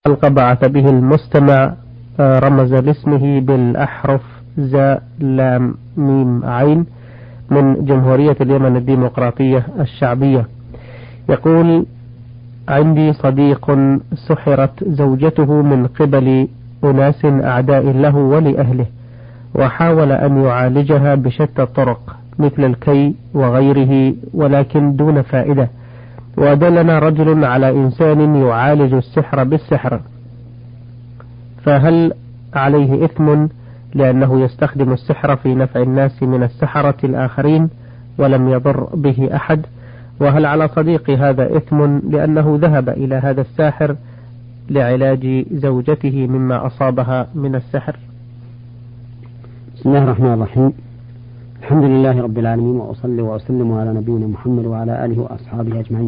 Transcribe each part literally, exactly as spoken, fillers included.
حلقة بعث به المستمع رمز لاسمه بالأحرف زاء لام ميم عين من جمهورية اليمن الديمقراطية الشعبية. يقول: عندي صديق سحرت زوجته من قبل أناس أعداء له ولأهله، وحاول أن يعالجها بشتى الطرق مثل الكي وغيره ولكن دون فائدة، ودلنا رجل على إنسان يعالج السحر بالسحر، فهل عليه إثم لأنه يستخدم السحر في نفع الناس من السحرة الآخرين ولم يضر به أحد؟ وهل على صديقي هذا إثم لأنه ذهب إلى هذا الساحر لعلاج زوجته مما أصابها من السحر؟ بسم الله الرحمن الرحيم. الحمد لله رب العالمين، وأصلي وأسلم على نبينا محمد وعلى آله وأصحابه أجمعين.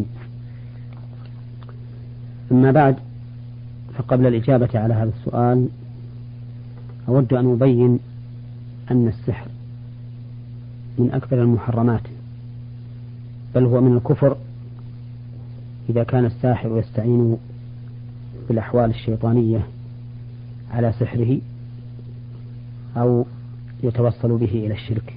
أما بعد، فقبل الإجابة على هذا السؤال أود أن أبين أن السحر من أكبر المحرمات، بل هو من الكفر إذا كان الساحر يستعين بالأحوال الشيطانية على سحره أو يتوصل به إلى الشرك.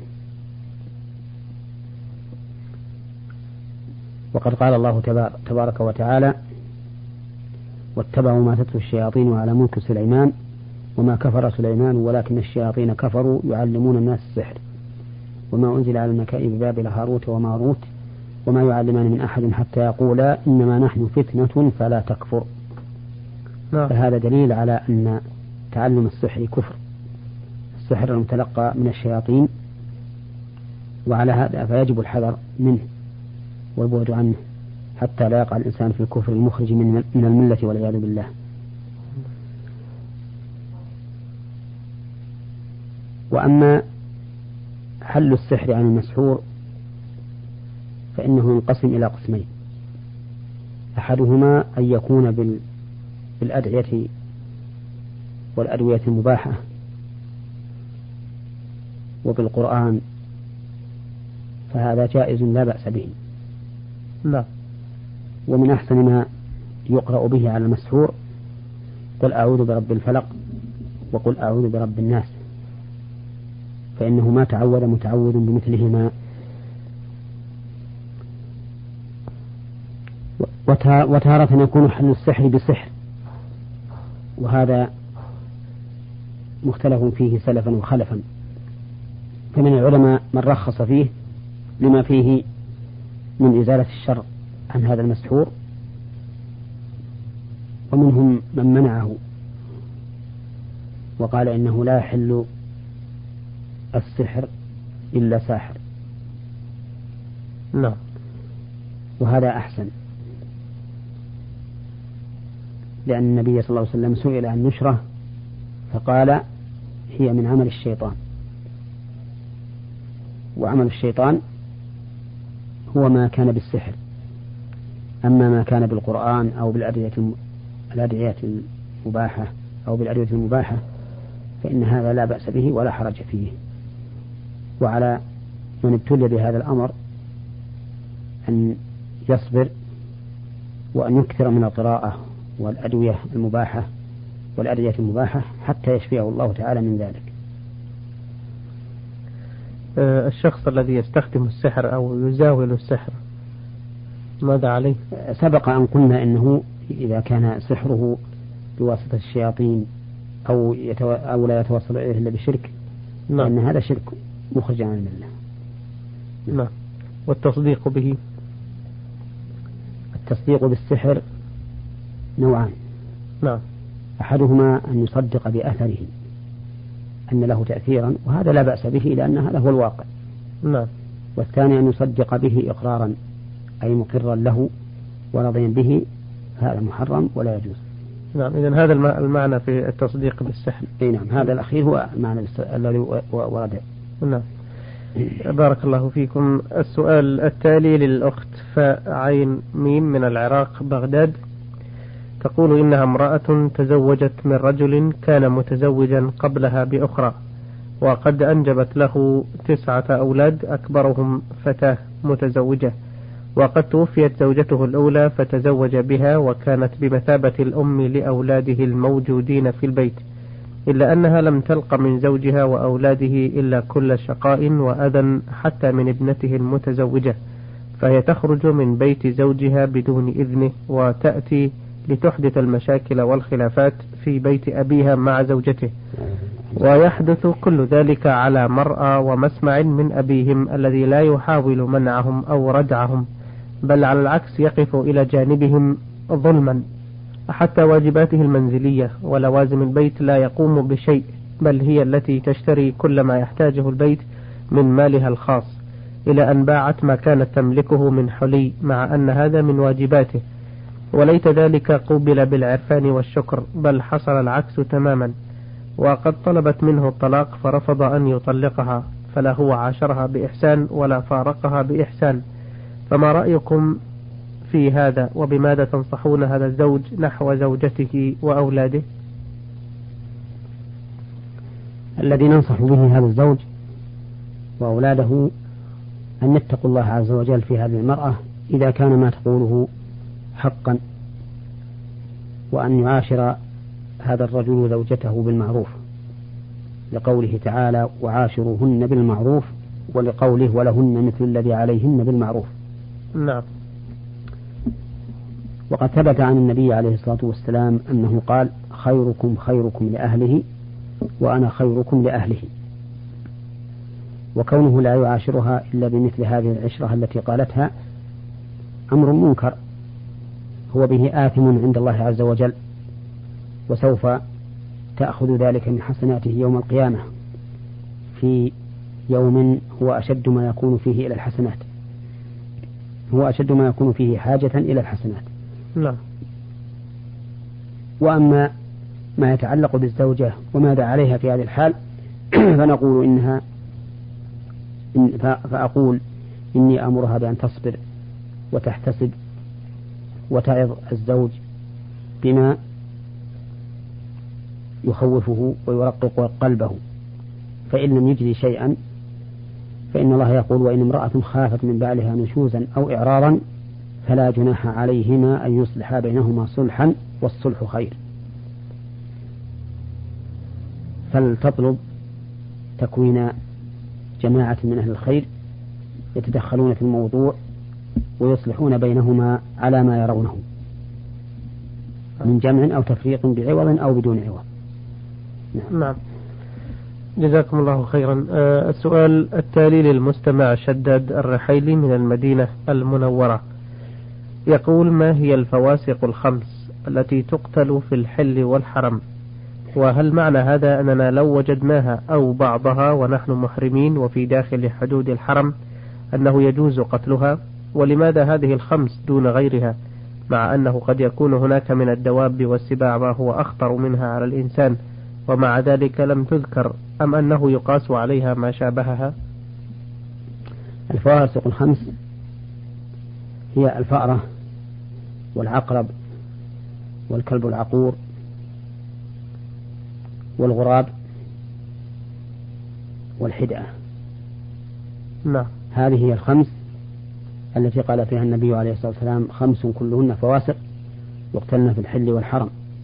وقد قال الله تبارك وتعالى: واتبعوا ما تتلو الشياطين على ملك سليمان وما كفر سليمان ولكن الشياطين كفروا يعلمون الناس السحر وما أنزل على الملائكة ببابل هاروت وماروت وما يعلمان من أحد حتى يقولا إنما نحن فتنة فلا تكفر. فهذا دليل على أن تعلم السحر كفر، السحر المتلقى من الشياطين، وعلى هذا فيجب الحذر منه والبعد عنه حتى لا يقع الإنسان في الكفر المخرج من الملة والعياذ بالله. وأما حل السحر عن المسحور فإنه ينقسم إلى قسمين: أحدهما أن يكون بالأدعية والأدوية المباحة وبالقرآن، فهذا جائز لا بأس به. لا. ومن أحسن ما يقرأ به على المسحور: قل أعوذ برب الفلق وقل أعوذ برب الناس، فإنه ما تعود متعوذ بمثلهما. وتارة يكون حل السحر بسحر، وهذا مختلف فيه سلفا وخلفا، فمن العلماء من رخص فيه لما فيه من إزالة الشر عن هذا المسحور، ومنهم من منعه وقال إنه لا يحل السحر إلا ساحر. لا. وهذا أحسن، لأن النبي صلى الله عليه وسلم سئل عن نشرة فقال: هي من عمل الشيطان، وعمل الشيطان هو ما كان بالسحر. أما ما كان بالقرآن أو بالأدعية الأدعية المباحة أو بالأدعية المباحة فإن هذا لا بأس به ولا حرج فيه. وعلى من ابتلي بهذا الأمر أن يصبر وأن يكثر من القراءة والأدوية المباحة والأدعية المباحة حتى يشفيه الله تعالى من ذلك. الشخص الذي يستخدم السحر أو يزاول السحر ماذا عليه؟ سبق أن قلنا إنه إذا كان سحره بواسطة الشياطين أو, يتو... أو لا يتوصل إليه إلا بشرك، نعم، فإن هذا شرك مخرج عن الملة. نعم. والتصديق به؟ التصديق بالسحر نوعان. نعم. أحدهما أن يصدق بأثره أن له تأثيرا، وهذا لا بأس به لأن هذا هو الواقع. نعم. والثاني أن يصدق به إقرارا أي مقرا له ورضيا به، هذا محرم ولا يجوز. نعم. إذن هذا المعنى في التصديق بالسحر. أي نعم، هذا الأخير هو المعنى الذي ورد. نعم. بارك الله فيكم. السؤال التالي للأخت فعين ميم من العراق بغداد، تقول إنها امرأة تزوجت من رجل كان متزوجا قبلها بأخرى، وقد أنجبت له تسعة أولاد أكبرهم فتاة متزوجة، وقد توفيت زوجته الأولى فتزوج بها وكانت بمثابة الأم لأولاده الموجودين في البيت، إلا أنها لم تلق من زوجها وأولاده إلا كل شقاء وأذى حتى من ابنته المتزوجة، فهي تخرج من بيت زوجها بدون إذنه وتأتي لتحدث المشاكل والخلافات في بيت أبيها مع زوجته، ويحدث كل ذلك على مرأى ومسمع من أبيهم الذي لا يحاول منعهم أو ردعهم، بل على العكس يقف إلى جانبهم ظلما، حتى واجباته المنزلية ولوازم البيت لا يقوم بشيء، بل هي التي تشتري كل ما يحتاجه البيت من مالها الخاص، إلى أن باعت ما كانت تملكه من حلي، مع أن هذا من واجباته، وليت ذلك قوبل بالعرفان والشكر، بل حصل العكس تماما، وقد طلبت منه الطلاق فرفض أن يطلقها، فلا هو عاشرها بإحسان ولا فارقها بإحسان. فما رأيكم في هذا، وبماذا تنصحون هذا الزوج نحو زوجته وأولاده؟ الذي ننصح به هذا الزوج وأولاده أن يتقوا الله عز وجل في هذه المرأة إذا كان ما تقوله حقا، وأن يعاشر هذا الرجل زوجته بالمعروف، لقوله تعالى وعاشروهن بالمعروف، ولقوله ولهن مثل الذي عليهن بالمعروف. نعم. وقد ثبت عن النبي عليه الصلاة والسلام أنه قال خيركم خيركم لأهله وأنا خيركم لأهله، وكونه لا يعاشرها إلا بمثل هذه العشرة التي قالتها أمر منكر، هو به آثم عند الله عز وجل، وسوف تأخذ ذلك من حسناته يوم القيامة في يوم هو أشد ما يكون فيه إلى الحسنات، هو أشد ما يكون فيه حاجة إلى الحسنات. لا. وأما ما يتعلق بالزوجة وماذا عليها في هذه الحال فنقول إنها إن فأقول إني أمرها بأن تصبر وتحتسب وتعظ الزوج بما يخوفه ويرقق قلبه، فإن لم يجري شيئا فإن الله يقول وإن امرأة خافت من بعلها نشوزا أو إعراضا فلا جناح عليهما أن يصلحا بينهما صلحا والصلح خير. فلتطلب تكوين جماعة من أهل الخير يتدخلون في الموضوع ويصلحون بينهما على ما يرونه من جمع أو تفريق بعوض أو بدون عوض. نعم, نعم. جزاكم الله خيرا. آه السؤال التالي للمستمع شداد الرحيلي من المدينة المنورة، يقول ما هي الفواسق الخمس التي تقتل في الحل والحرم، وهل معنى هذا أننا لو وجدناها أو بعضها ونحن محرمين وفي داخل حدود الحرم أنه يجوز قتلها، ولماذا هذه الخمس دون غيرها، مع أنه قد يكون هناك من الدواب والسباع ما هو أخطر منها على الإنسان ومع ذلك لم تذكر، أم أنه يقاس عليها ما شابهها؟ الفواسق الخمس هي الفأرة والعقرب والكلب العقور والغراب والحدأة. نعم. هذه هي الخمس التي قال فيها النبي عليه الصلاة والسلام خمس كلهن فواسق يقتلن في الحل والحرم.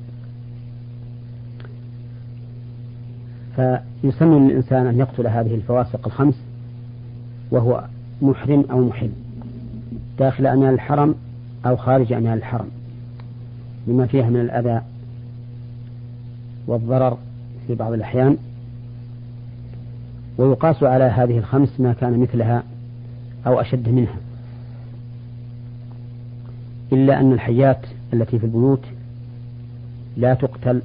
فيسمى الإنسان أن يقتل هذه الفواسق الخمس وهو محرم أو محل داخل أميال الحرم أو خارج أميال الحرم، لما فيها من الأذى والضرر في بعض الأحيان. ويقاس على هذه الخمس ما كان مثلها أو أشد منها، إلا أن الحيات التي في البيوت لا تقتل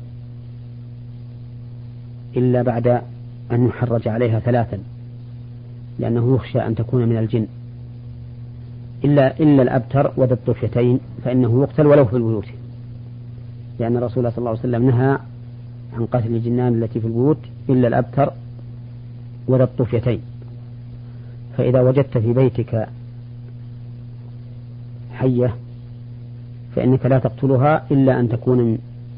إلا بعد أن يحرج عليها ثلاثا، لأنه يخشى أن تكون من الجن، إلا إلا الأبتر وذا الطفيتين فإنه يقتل ولو في البيوت، لأن الرسول صلى الله عليه وسلم نهى عن قتل الجنان التي في البيوت إلا الأبتر وذا الطفيتين. فإذا وجدت في بيتك حية فإنك لا تقتلها إلا أن تكون من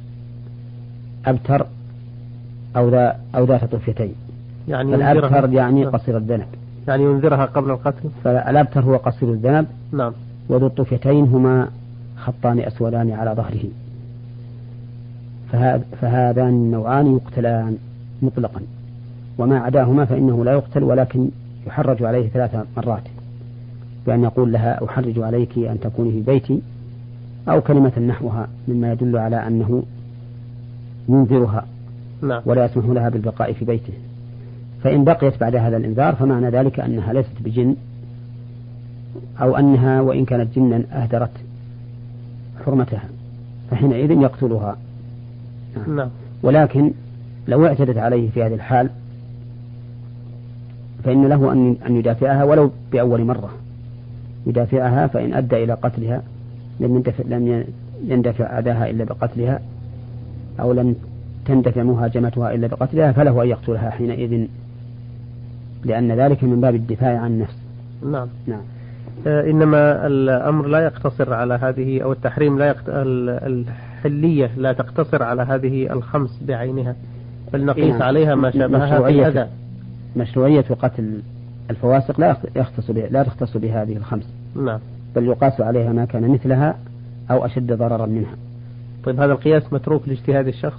أبتر أو ذا أو ذات طفيتين. يعني الأبتر يعني قصير الذنب، يعني ينذرها قبل القتل. فالأبتر هو قصير الذنب. نعم. وذو الطفيتين هما خطان أسودان على ظهره، فهذان النوعان يقتلان مطلقا، وما عداهما فإنه لا يقتل ولكن يحرج عليه ثلاث مرات، بأن يقول لها أحرج عليك أن تكوني في بيتي، أو كلمة نحوها مما يدل على أنه ينذرها ولا يسمح لها بالبقاء في بيته. فإن بقيت بعد هذا الإنذار فمعنى ذلك أنها ليست بجن، أو أنها وإن كانت جنا أهدرت حرمتها، فحينئذ يقتلها. نعم. ولكن لو اعتدت عليه في هذه الحال فإن له أن يدافعها ولو بأول مرة، يدافعها، فإن أدى إلى قتلها لم يندفع أداها إلا بقتلها، أو لم تندفع مهاجمتها إلا بقتلها، فله أن يقتلها حينئذ، لأن ذلك من باب الدفاع عن النفس. نعم. نعم. آه إنما الأمر لا يقتصر على هذه، أو التحريم لا يقت... الحلية لا تقتصر على هذه الخمس بعينها، بل نقيس نعم. عليها ما شابهها في الأذى. مشروعية قتل الفواسق لا يختص بها، لا تختص بهذه الخمس. نعم. بل يقاس عليها ما كان مثلها أو أشد ضررا منها. طيب هذا القياس متروك لاجتهاد الشخص؟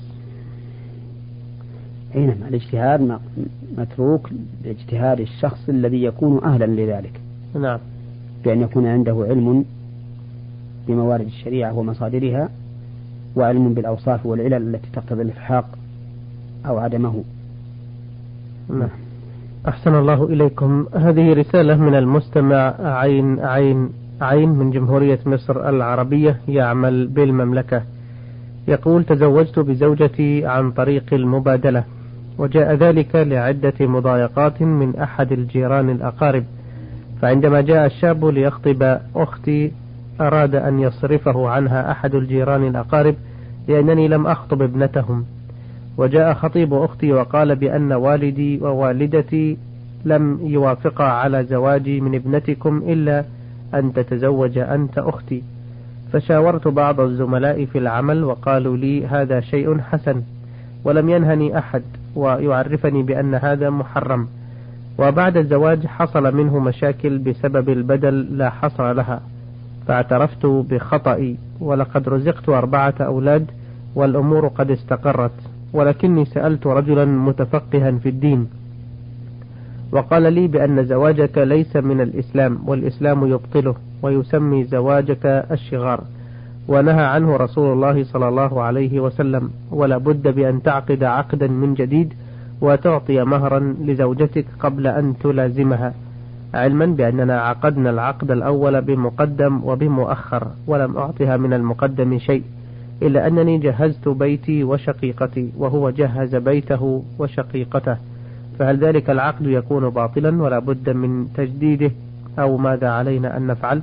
حينما الاجتهاد متروك لاجتهاد الشخص الذي يكون أهلا لذلك. نعم. بأن يكون عنده علم بموارد الشريعة ومصادرها، وعلم بالأوصاف والعلل التي تقتضي الإلحاق أو عدمه. نعم. أحسن الله إليكم. هذه رسالة من المستمع عين عين عين من جمهورية مصر العربية، يعمل بالمملكة. يقول: تزوجت بزوجتي عن طريق المبادلة، وجاء ذلك لعدة مضايقات من أحد الجيران الأقارب، فعندما جاء الشاب ليخطب أختي أراد أن يصرفه عنها أحد الجيران الأقارب لأنني لم أخطب ابنتهم، وجاء خطيب أختي وقال بأن والدي ووالدتي لم يوافقا على زواجي من ابنتكم إلا أن تتزوج أنت أختي. فشاورت بعض الزملاء في العمل وقالوا لي هذا شيء حسن، ولم ينهني أحد ويعرفني بأن هذا محرم. وبعد الزواج حصل منه مشاكل بسبب البدل لا حصر لها، فاعترفت بخطئي، ولقد رزقت أربعة أولاد والأمور قد استقرت، ولكني سألت رجلا متفقها في الدين وقال لي بأن زواجك ليس من الإسلام، والإسلام يبطله ويسمي زواجك الشغار، ونهى عنه رسول الله صلى الله عليه وسلم، ولا بد بأن تعقد عقدا من جديد وتعطي مهرا لزوجتك قبل أن تلازمها، علما بأننا عقدنا العقد الأول بمقدم وبمؤخر، ولم أعطها من المقدم شيء، إلا أنني جهزت بيتي وشقيقتي وهو جهز بيته وشقيقته، فهل ذلك العقد يكون باطلا ولا بد من تجديده، أو ماذا علينا أن نفعل؟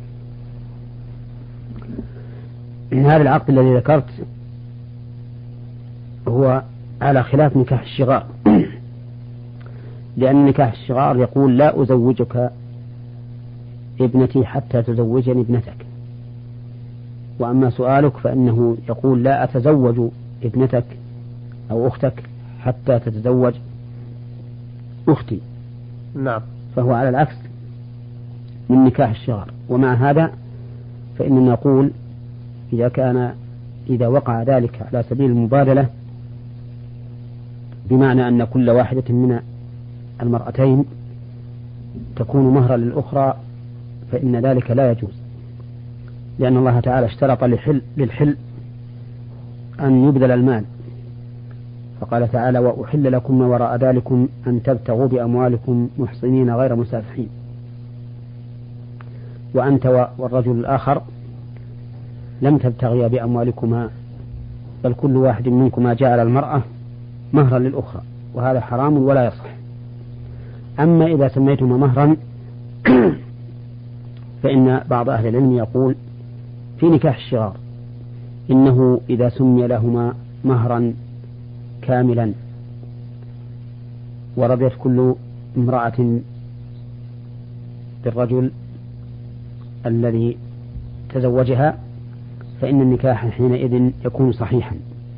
من هذا العقد الذي ذكرت هو على خلاف نكاح الشغار، لأن نكاح الشغار يقول لا أزوجك ابنتي حتى تزوجني ابنتك، وأما سؤالك فإنه يقول لا أتزوج ابنتك أو أختك حتى تتزوج أختي. نعم. فهو على العكس من نكاح الشغار. ومع هذا فإننا نقول إذا كان إذا وقع ذلك على سبيل المبادلة، بمعنى أن كل واحدة من المرأتين تكون مهرا للأخرى، فإن ذلك لا يجوز، لأن الله تعالى اشترط للحل, للحل أن يبذل المال، فقال تعالى وأحل لكم ما وراء ذلكم أن تبتغوا بأموالكم محصنين غير مسافحين. وأنت والرجل الآخر لم تبتغيا بأموالكما، بل كل واحد منكما جعل المرأة مهرا للأخرى، وهذا حرام ولا يصح. أما إذا سميتما مهرا فإن بعض أهل العلم يقول في نكاح الشغار إنه إذا سمي لهما مهرا كاملا ورضيت كل امرأة بالرجل الذي تزوجها فإن النكاح حينئذ يكون صحيحا.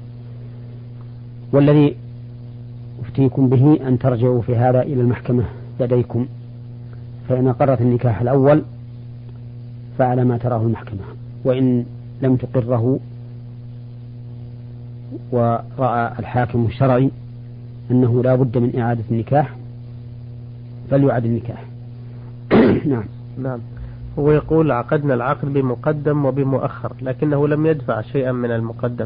والذي أفتيكم به أن ترجعوا في هذا إلى المحكمة لديكم، فإن أقرت النكاح الأول فعلى ما تراه المحكمة، وإن لم تقره ورأى الحاكم الشرعي أنه لا بد من إعادة النكاح فليعد النكاح. نعم. نعم. هو يقول عقدنا العقد بمقدم وبمؤخر لكنه لم يدفع شيئا من المقدم.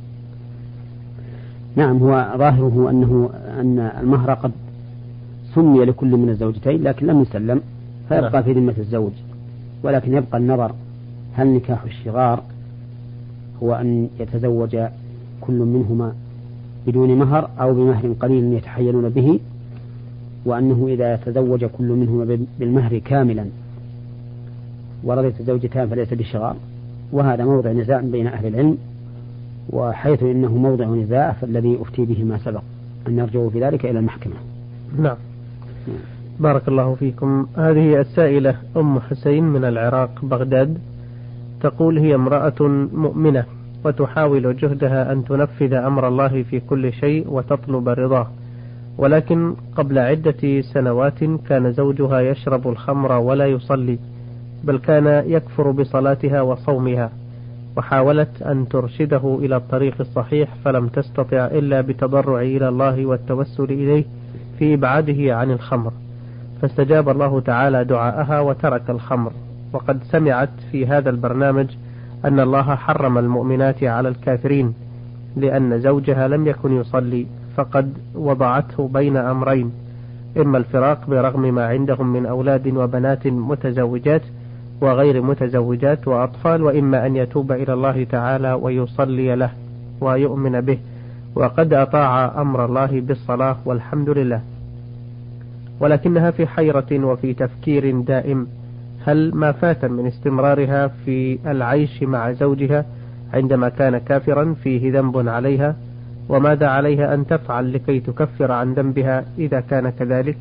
نعم، هو ظاهره أنه أن المهر قد سمي لكل من الزوجتين لكن لم يسلم فيبقى في ذمة الزوج، ولكن يبقى النظر هل نكاح الشغار هو أن يتزوج كل منهما بدون مهر أو بمهر قليل يتحيلون به، وأنه إذا تزوج كل منهما بالمهر كاملا ورضت الزوجتان فليس بشغار، وهذا موضع نزاع بين أهل العلم، وحيث إنه موضع نزاع فالذي أفتي به ما سبق أن نرجو في ذلك إلى المحكمة. نعم. بارك الله فيكم. هذه السائلة أم حسين من العراق بغداد تقول هي امرأة مؤمنة وتحاول جهدها أن تنفذ أمر الله في كل شيء وتطلب رضاه، ولكن قبل عدة سنوات كان زوجها يشرب الخمر ولا يصلي، بل كان يكفر بصلاتها وصومها، وحاولت أن ترشده إلى الطريق الصحيح فلم تستطع إلا بتضرع إلى الله والتوسل إليه في إبعاده عن الخمر، فاستجاب الله تعالى دعاءها وترك الخمر. وقد سمعت في هذا البرنامج أن الله حرم المؤمنات على الكافرين لأن زوجها لم يكن يصلي، فقد وضعته بين أمرين: إما الفراق برغم ما عندهم من أولاد وبنات متزوجات وغير متزوجات وأطفال، وإما أن يتوب إلى الله تعالى ويصلي له ويؤمن به، وقد أطاع أمر الله بالصلاة والحمد لله، ولكنها في حيرة وفي تفكير دائم: هل ما فات من استمرارها في العيش مع زوجها عندما كان كافرا فيه ذنب عليها؟ وماذا عليها أن تفعل لكي تكفر عن ذنبها إذا كان كذلك؟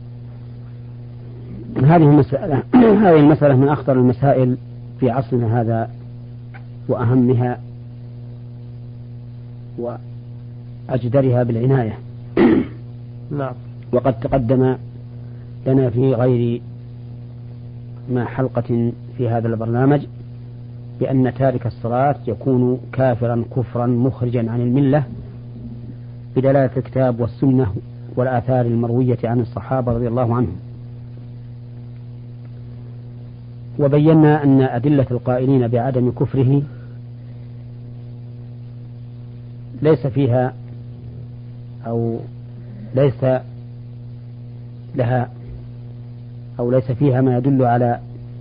هذه المسألة هذه المسألة من أخطر المسائل في عصرنا هذا وأهمها وأجدرها بالعناية. نعم. وقد تقدم لنا في غير ما حلقة في هذا البرنامج بأن تارك الصلاة يكون كافرا كفرا مخرجا عن الملة بدلالة الكتاب والسنة والآثار المروية عن الصحابة رضي الله عنهم. وبينا أن أدلة القائلين بعدم كفره ليس فيها أو ليس لها أو ليس فيها ما يدل على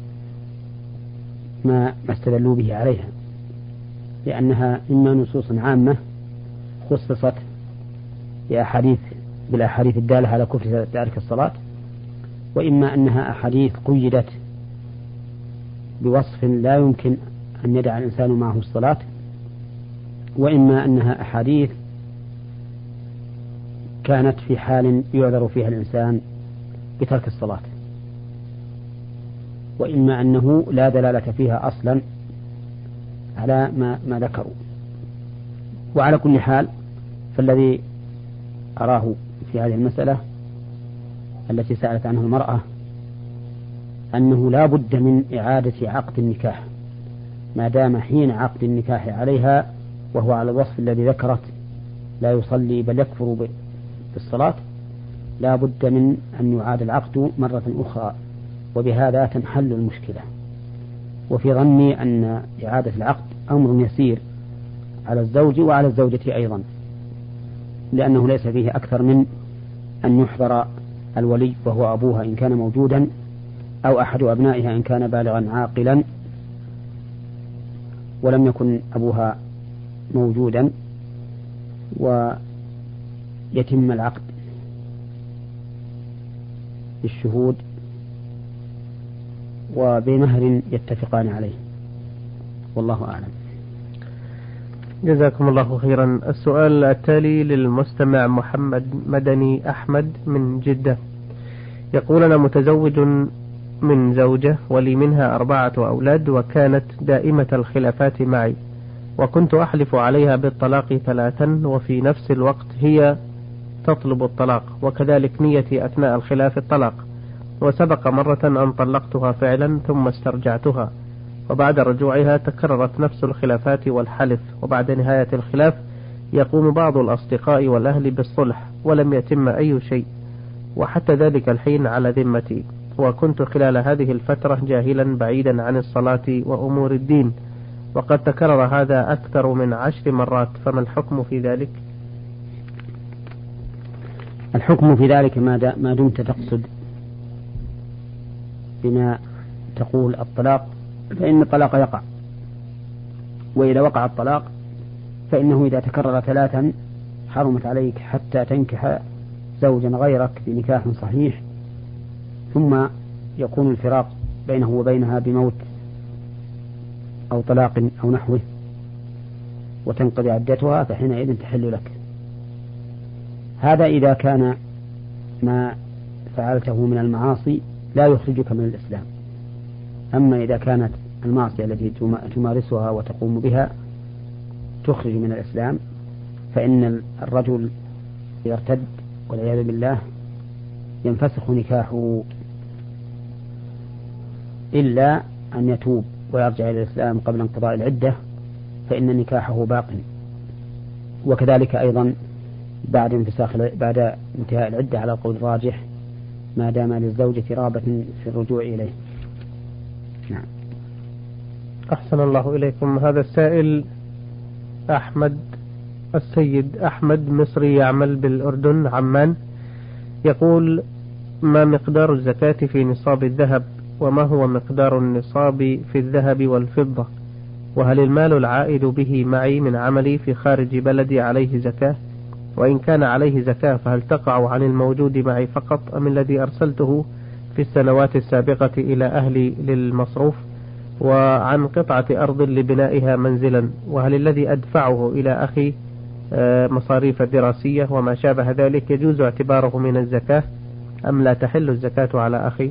ما استدلوا به عليها، لأنها إما نصوص عامة خصصت بأحاديث بالأحاديث الدالة على كفر تارك الصلاة، وإما أنها أحاديث قيدت بوصف لا يمكن أن يدع الإنسان معه الصلاة، وإما أنها أحاديث كانت في حال يعذر فيها الإنسان بترك الصلاة، وإما أنه لا دلالة فيها أصلا على ما, ما ذكروا. وعلى كل حال فالذي أراه في هذه المسألة التي سألت عنها المرأة أنه لا بد من إعادة عقد النكاح ما دام حين عقد النكاح عليها وهو على الوصف الذي ذكرت لا يصلي بل يكفر بالصلاة، لا بد من أن يعاد العقد مرة أخرى، وبهذا تنحل المشكلة. وفي ظني أن إعادة العقد أمر يسير على الزوج وعلى الزوجة أيضا، لأنه ليس فيه أكثر من أن يحضر الولي وهو أبوها إن كان موجودا أو أحد أبنائها إن كان بالغا عاقلا ولم يكن أبوها موجودا، ويتم العقد بالشهود وبمهر يتفقان عليه، والله أعلم. جزاكم الله خيرا. السؤال التالي للمستمع محمد مدني أحمد من جدة، يقول: أنا متزوج من زوجة ولي منها أربعة أولاد، وكانت دائمة الخلافات معي، وكنت أحلف عليها بالطلاق ثلاثا وفي نفس الوقت هي تطلب الطلاق، وكذلك نيتي أثناء الخلاف الطلاق، وسبق مرة أن طلقتها فعلا ثم استرجعتها، وبعد رجوعها تكررت نفس الخلافات والحلف، وبعد نهاية الخلاف يقوم بعض الأصدقاء والأهل بالصلح ولم يتم أي شيء، وحتى ذلك الحين على ذمتي، وكنت خلال هذه الفترة جاهلا بعيدا عن الصلاة وأمور الدين، وقد تكرر هذا أكثر من عشر مرات، فما الحكم في ذلك؟ الحكم في ذلك ما, ما دمت تقصد بما تقول الطلاق فإن الطلاق يقع، وإذا وقع الطلاق فإنه إذا تكرر ثلاثا حرمت عليك حتى تنكح زوجا غيرك بنكاح صحيح، ثم يكون الفراق بينه وبينها بموت أو طلاق أو نحوه وتنقضي عدتها، فحينئذ تحل لك. هذا إذا كان ما فعلته من المعاصي لا يخرجك من الإسلام. أما إذا كانت المعصية التي تمارسها وتقوم بها تخرج من الإسلام، فإن الرجل يرتد والعياذ بالله ينفسخ نكاحه إلا أن يتوب ويرجع إلى الإسلام قبل انقضاء العدة، فإن نكاحه باق. وكذلك أيضا بعد انفساخ بعد انتهاء العدة على القول الراجح، ما دام للزوجة رغبة في الرجوع إليه. نعم. أحسن الله إليكم. هذا السائل أحمد السيد أحمد مصري يعمل بالأردن عمان، يقول: ما مقدار الزكاة في نصاب الذهب؟ وما هو مقدار النصاب في الذهب والفضة؟ وهل المال العائد به معي من عملي في خارج بلدي عليه زكاة؟ وإن كان عليه زكاة فهل تقع عن الموجود معي فقط أم الذي أرسلته في السنوات السابقة إلى أهلي للمصروف؟ وعن قطعة أرض لبنائها منزلا، وهل الذي أدفعه إلى أخي مصاريف دراسية وما شابه ذلك يجوز اعتباره من الزكاة أم لا تحل الزكاة على أخي؟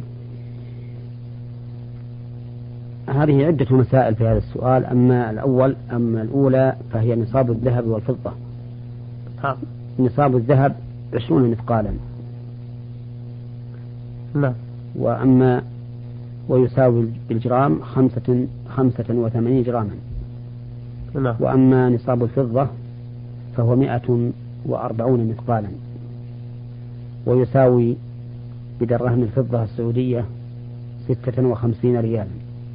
هذه عدة مسائل في هذا السؤال. أما الأول أما الأولى فهي نصاب الذهب والفضة. ها. نصاب الذهب عشرون مثقالا. نعم. وأما ويساوي بالجرام خمسة خمسة وثمانين جراما. نعم. وأما نصاب الفضة فهو مئة وأربعون مثقالا، ويساوي بدرهم الفضة السعودية ستة وخمسين ريالا.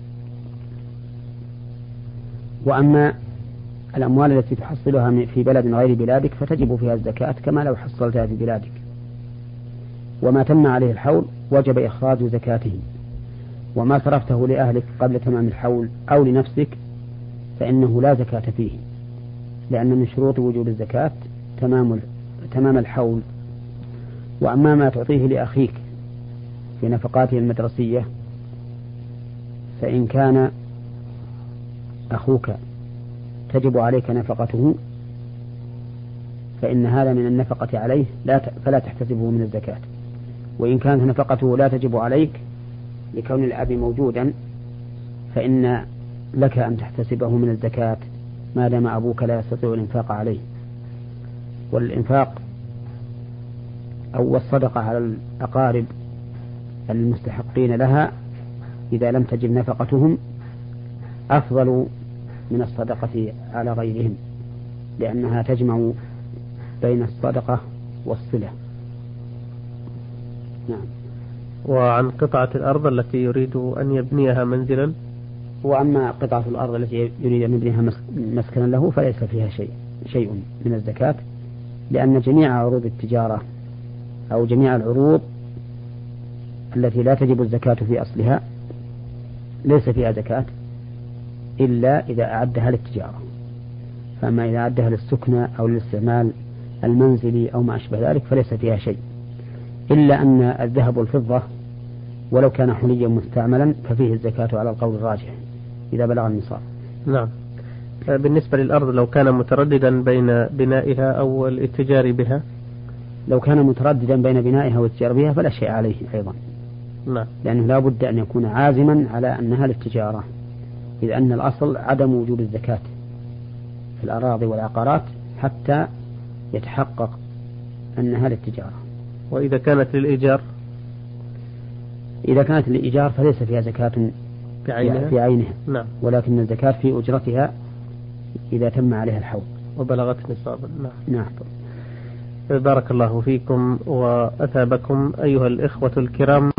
وأما الأموال التي تحصلها في بلد غير بلادك فتجب فيها الزكاة كما لو حصلتها في بلادك، وما تم عليه الحول وجب إخراج زكاته. وما صرفته لأهلك قبل تمام الحول أو لنفسك فإنه لا زكاة فيه، لأن من شروط وجوب الزكاة تمام تمام الحول. وأما ما تعطيه لأخيك في نفقاته المدرسية فإن كان أخوك تجب عليك نفقته فإن هذا من النفقة عليه لا فلا تحتسبه من الزكاة. وإن كانت نفقته لا تجب عليك لكون الأب موجودا فإن لك أن تحتسبه من الزكاة ما دام أبوك لا يستطيع الإنفاق عليه. والإنفاق أو الصدقة على الأقارب المستحقين لها إذا لم تجب نفقتهم أفضل من الصدقة على غيرهم، لأنها تجمع بين الصدقة والصلة. نعم. وعن قطعة الأرض التي يريد أن يبنيها منزلا؟ وأما قطعة الأرض التي يريد أن يبنيها مسكنا له فليس فيها شيء شيء من الزكاة، لأن جميع عروض التجارة أو جميع العروض التي لا تجب الزكاة في أصلها ليس فيها زكاة إلا إذا أعدها للتجارة. فأما إذا أعدها للسكنة أو للاستعمال المنزلي أو ما أشبه ذلك فليس فيها شيء، إلا أن الذهب والفضة ولو كان حليا مستعملا ففيه الزكاة على القول الراجح إذا بلغ النصاب. نعم. بالنسبة للأرض لو كان مترددا بين بنائها أو الاتجار بها؟ لو كان مترددا بين بنائها والاتجار بها فلا شيء عليه أيضا. نعم. لأنه لا بد أن يكون عازما على أنها للتجارة، إذ أن الأصل عدم وجوب الزكاة في الأراضي والعقارات حتى يتحقق أنها للتجارة. وإذا كانت للإيجار؟ إذا كانت للإيجار فليس فيها زكاة بعينها. في عينها. نعم. ولكن الزكاة في أجرتها إذا تم عليها الحول وبلغت نصابا. نعم. نعم. بارك الله فيكم وأثابكم أيها الإخوة الكرام.